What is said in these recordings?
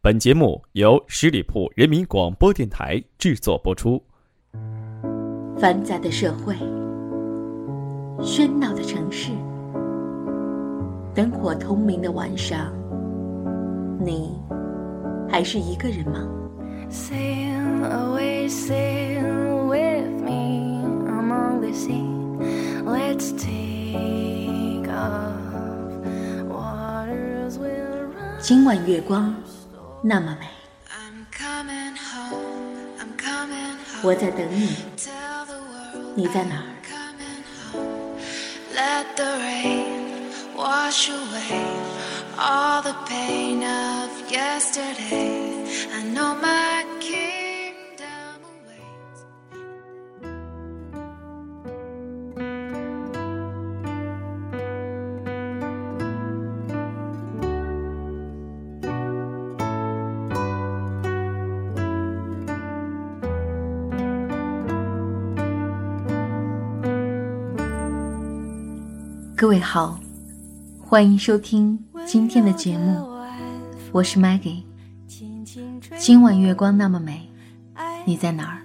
本节目由十里铺人民广播电台制作播出。 繁杂的社会，喧闹的城市，灯火通明的晚上，你还是一个人吗？ Sail away, sail with me among the sea. Let's take off. Waters will run. 今晚月光那么美， I'm coming home, I'm coming home. 我在等你， Tell the world 你在哪儿？ coming home. Let the rain wash away all the pain of yesterday. I know my kingdom awaits. 各位好，欢迎收听今天的节目，我是 Maggie。今晚月光那么美，你在哪儿？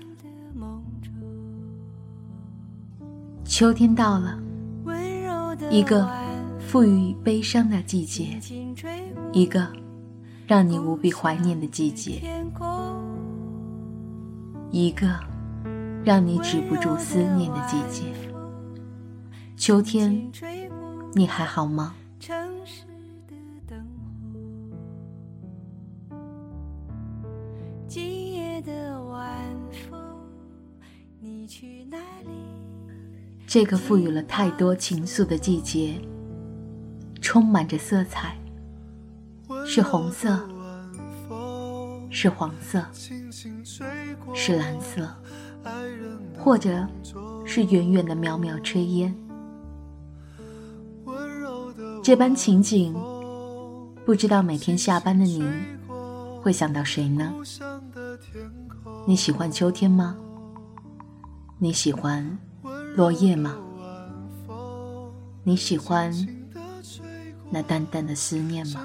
秋天到了，一个赋予悲伤的季节，一个让你无比怀念的季节，一个让你止不住思念的季节。秋天，你还好吗？这个赋予了太多情愫的季节，充满着色彩，是红色，是黄色，是蓝色，或者是远远的袅袅炊烟。这般情景，不知道每天下班的你会想到谁呢？你喜欢秋天吗？你喜欢落叶吗？你喜欢那淡淡的思念吗？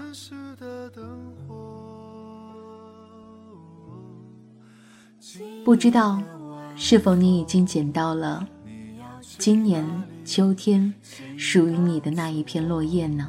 不知道是否你已经捡到了今年秋天属于你的那一片落叶呢？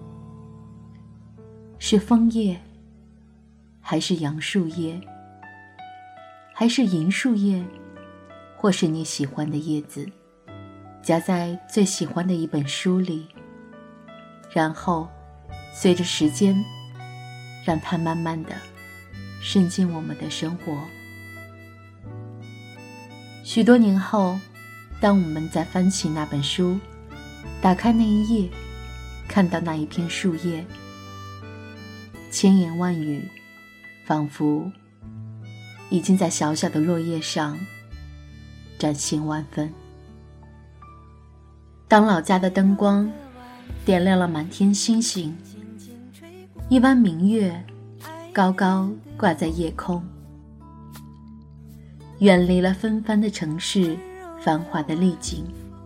是枫叶，还是杨树叶，还是银树叶，或是你喜欢的叶子，夹在最喜欢的一本书里，然后随着时间，让它慢慢地渗进我们的生活。许多年后，当我们在翻起那本书，打开那一页，看到那一片树叶，千言万语仿佛已经在小小的落叶上展现万分。当老家的灯光点亮了满天星星，一弯明月高高挂在夜空，远离了纷繁的城市繁华的丽景，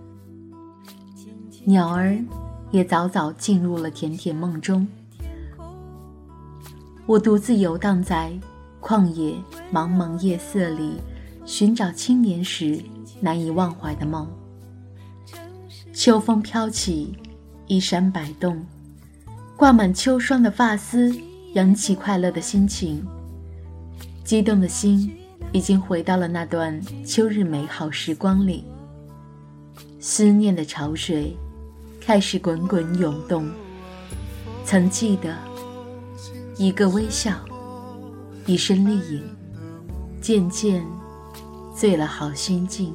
鸟儿也早早进入了甜甜梦中。我独自游荡在旷野茫茫夜色里，寻找青年时难以忘怀的梦。秋风飘起，衣衫摆动，挂满秋霜的发丝扬起快乐的心情，激动的心已经回到了那段秋日美好时光里。思念的潮水开始滚滚涌动，曾记得一个微笑，一声丽影，渐渐醉了好心境。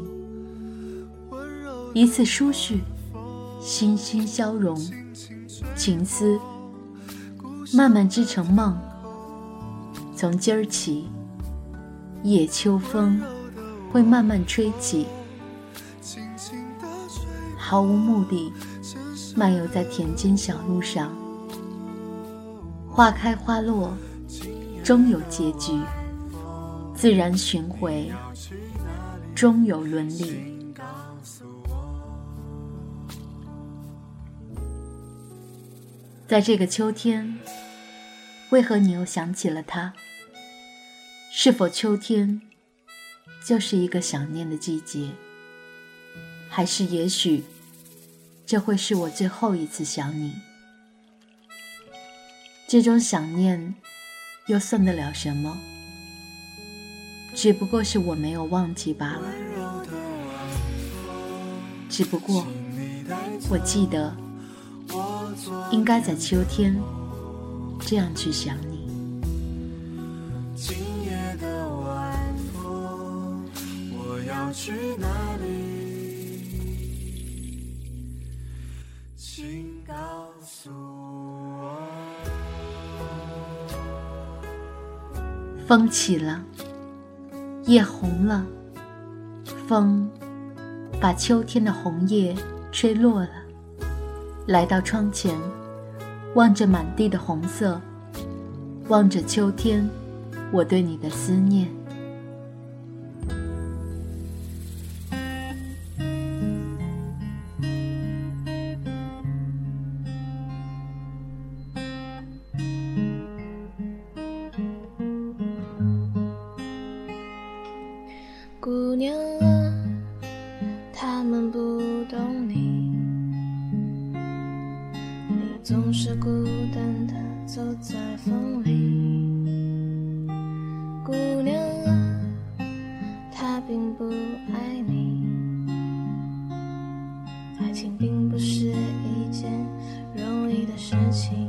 一次舒叙，欣欣消融，情思慢慢织成梦。从今儿起，夜秋风会慢慢吹起，毫无目的漫游在田间小路上，花开花落终有结局，自然巡回终有伦理。在这个秋天， 为何你又想起了他？是否秋天就是一个想念的季节？还是也许这会是我最后一次想你？这种想念又算得了什么？只不过是我没有忘记罢了。只不过我记得应该在秋天这样去想你。 今夜的晚风，我要去哪里？请告诉我。 风起了，叶红了，风把秋天的红叶吹落了，来到窗前，望着满地的红色，望着秋天我对你的思念。 姑娘啊，他们不懂你，你总是孤单地走在风里。姑娘啊，他并不爱你，爱情并不是一件容易的事情。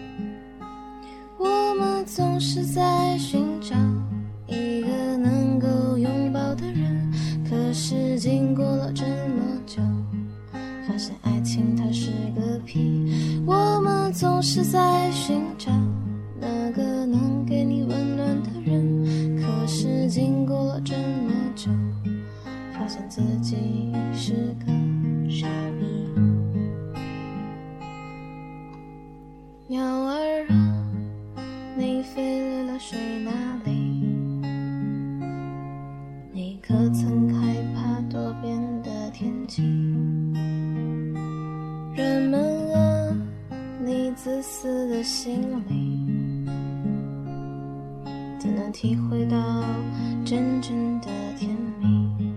我们总是在寻找一个能够拥抱的人，可是经过了这么久，发现爱情它是个屁。我们总是在寻找那个能给你温暖的人，可是经过了这么久，发现自己是个傻逼。鸟儿啊，你飞累了睡哪里？你可曾害怕多变的天气？人们啊，你自私的心里，怎能体会到真正的甜蜜？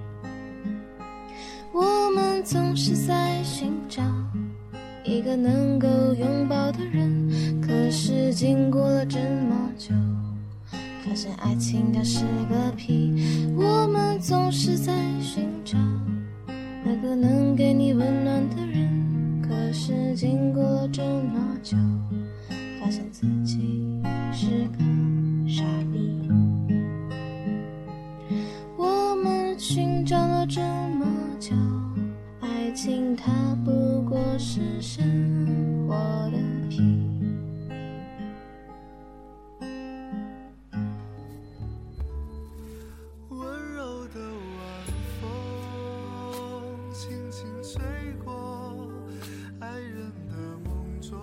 我们总是在寻找一个能够拥抱的人，可是经过了这么久，发现爱情它是个屁。我们总是在寻找那个能给你温暖的人，可是经过了这么久，发现自己是个傻逼。我们寻找了这么久，爱情它不过是生活的屁。 温柔的晚风轻轻吹过爱人的梦中。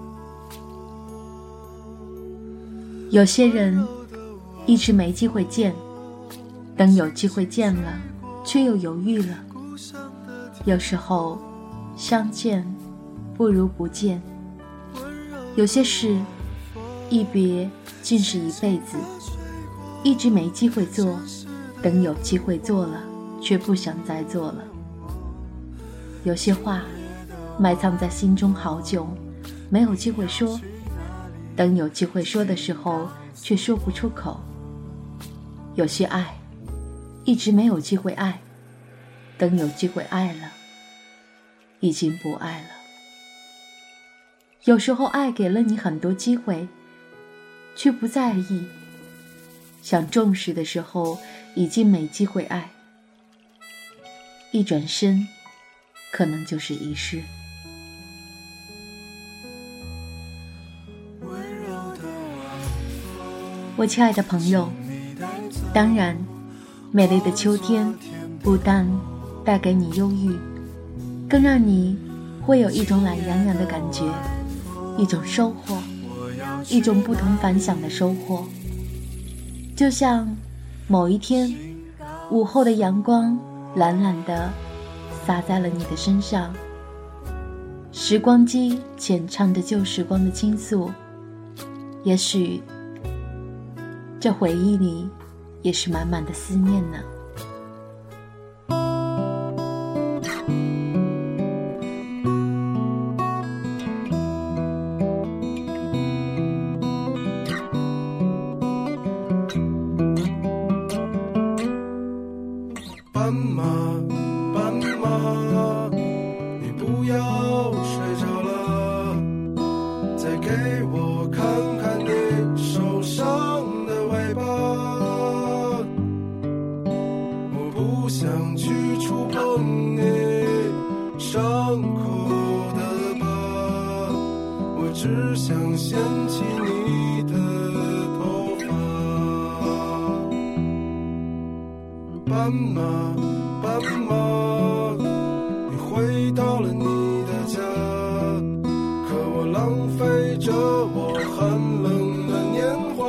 有些人一直没机会见，等有机会见了，却又犹豫了。有时候相见不如不见，有些事一别竟是一辈子，一直没机会做，等有机会做了，却不想再做了。有些话埋藏在心中好久，没有机会说，等有机会说的时候，却说不出口。有些爱一直没有机会爱，等有机会爱了，已经不爱了。有时候爱给了你很多机会，却不在意，想重视的时候已经没机会爱，一转身可能就是遗失。我亲爱的朋友，当然美丽的秋天不但带给你忧郁，更让你会有一种懒洋洋的感觉，一种收获，一种不同凡响的收获。就像某一天午后的阳光懒懒地洒在了你的身上，时光机浅唱着旧时光的倾诉， 也许这回忆里也是满满的思念呢。 斑马，斑马，你不要睡着了，再给我看看你受伤的尾巴。我不想去触碰你伤口的疤，我只想掀起你的头发。斑马，斑马，你回到了你的家，可我浪费着我寒冷的年华。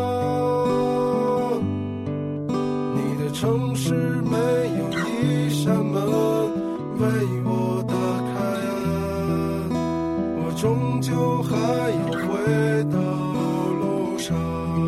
你的城市没有一扇门为我打开，我终究还要回到路上。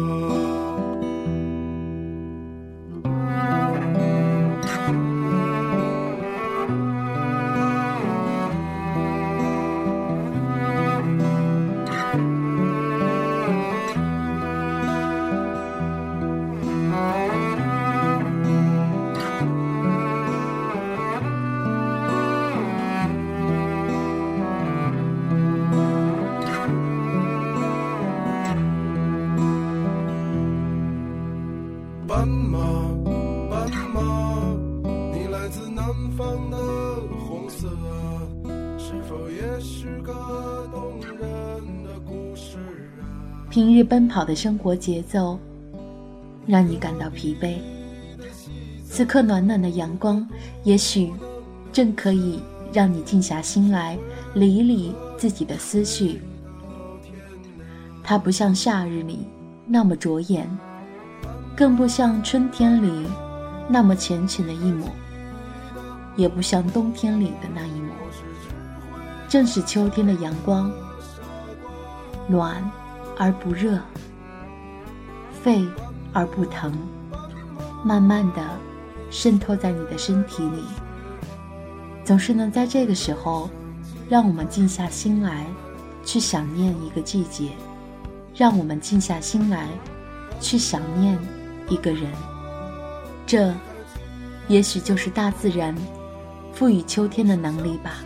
斑马，斑马，你来自南方的红色啊，是否也是个动人的故事啊？ 平日奔跑的生活节奏让你感到疲惫，此刻暖暖的阳光也许正可以让你静下心来理一理自己的思绪。它不像夏日里那么灼眼，更不像春天里那么浅浅的一抹，也不像冬天里的那一抹。正是秋天的阳光，暖而不热，沸而不疼，慢慢地渗透在你的身体里，总是能在这个时候让我们静下心来去想念一个季节，让我们静下心来去想念一个人。这也许就是大自然赋予秋天的能力吧。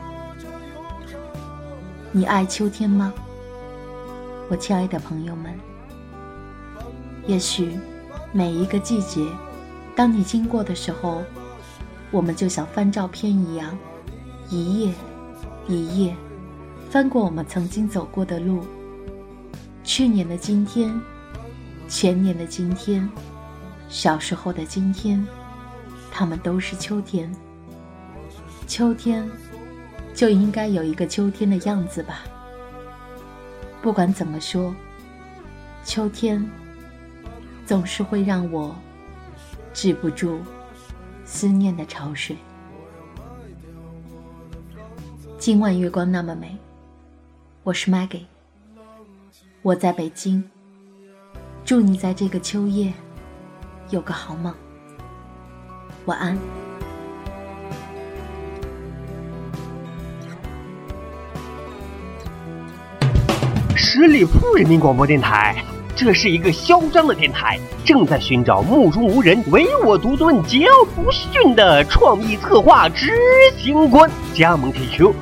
你爱秋天吗，我亲爱的朋友们？也许每一个季节，当你经过的时候，我们就像翻照片一样，一页一页翻过我们曾经走过的路。去年的今天，前年的今天，小时候的今天，它们都是秋天。秋天就应该有一个秋天的样子吧。不管怎么说，秋天总是会让我止不住思念的潮水。今晚月光那么美，我是 Maggie， 我在北京，祝你在这个秋夜有个好梦，晚安。 十里铺人民广播电台，这是一个嚣张的电台，正在寻找目中无人、唯我独尊、桀骜不驯的创意策划执行官。加盟 QQ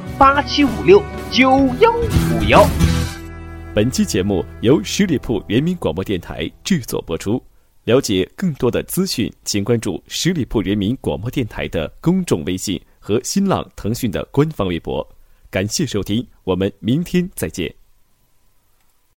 87569151。 本期节目由十里铺人民广播电台制作播出。了解更多的资讯，请关注十里铺人民广播电台的公众微信和新浪、腾讯的官方微博。感谢收听，我们明天再见。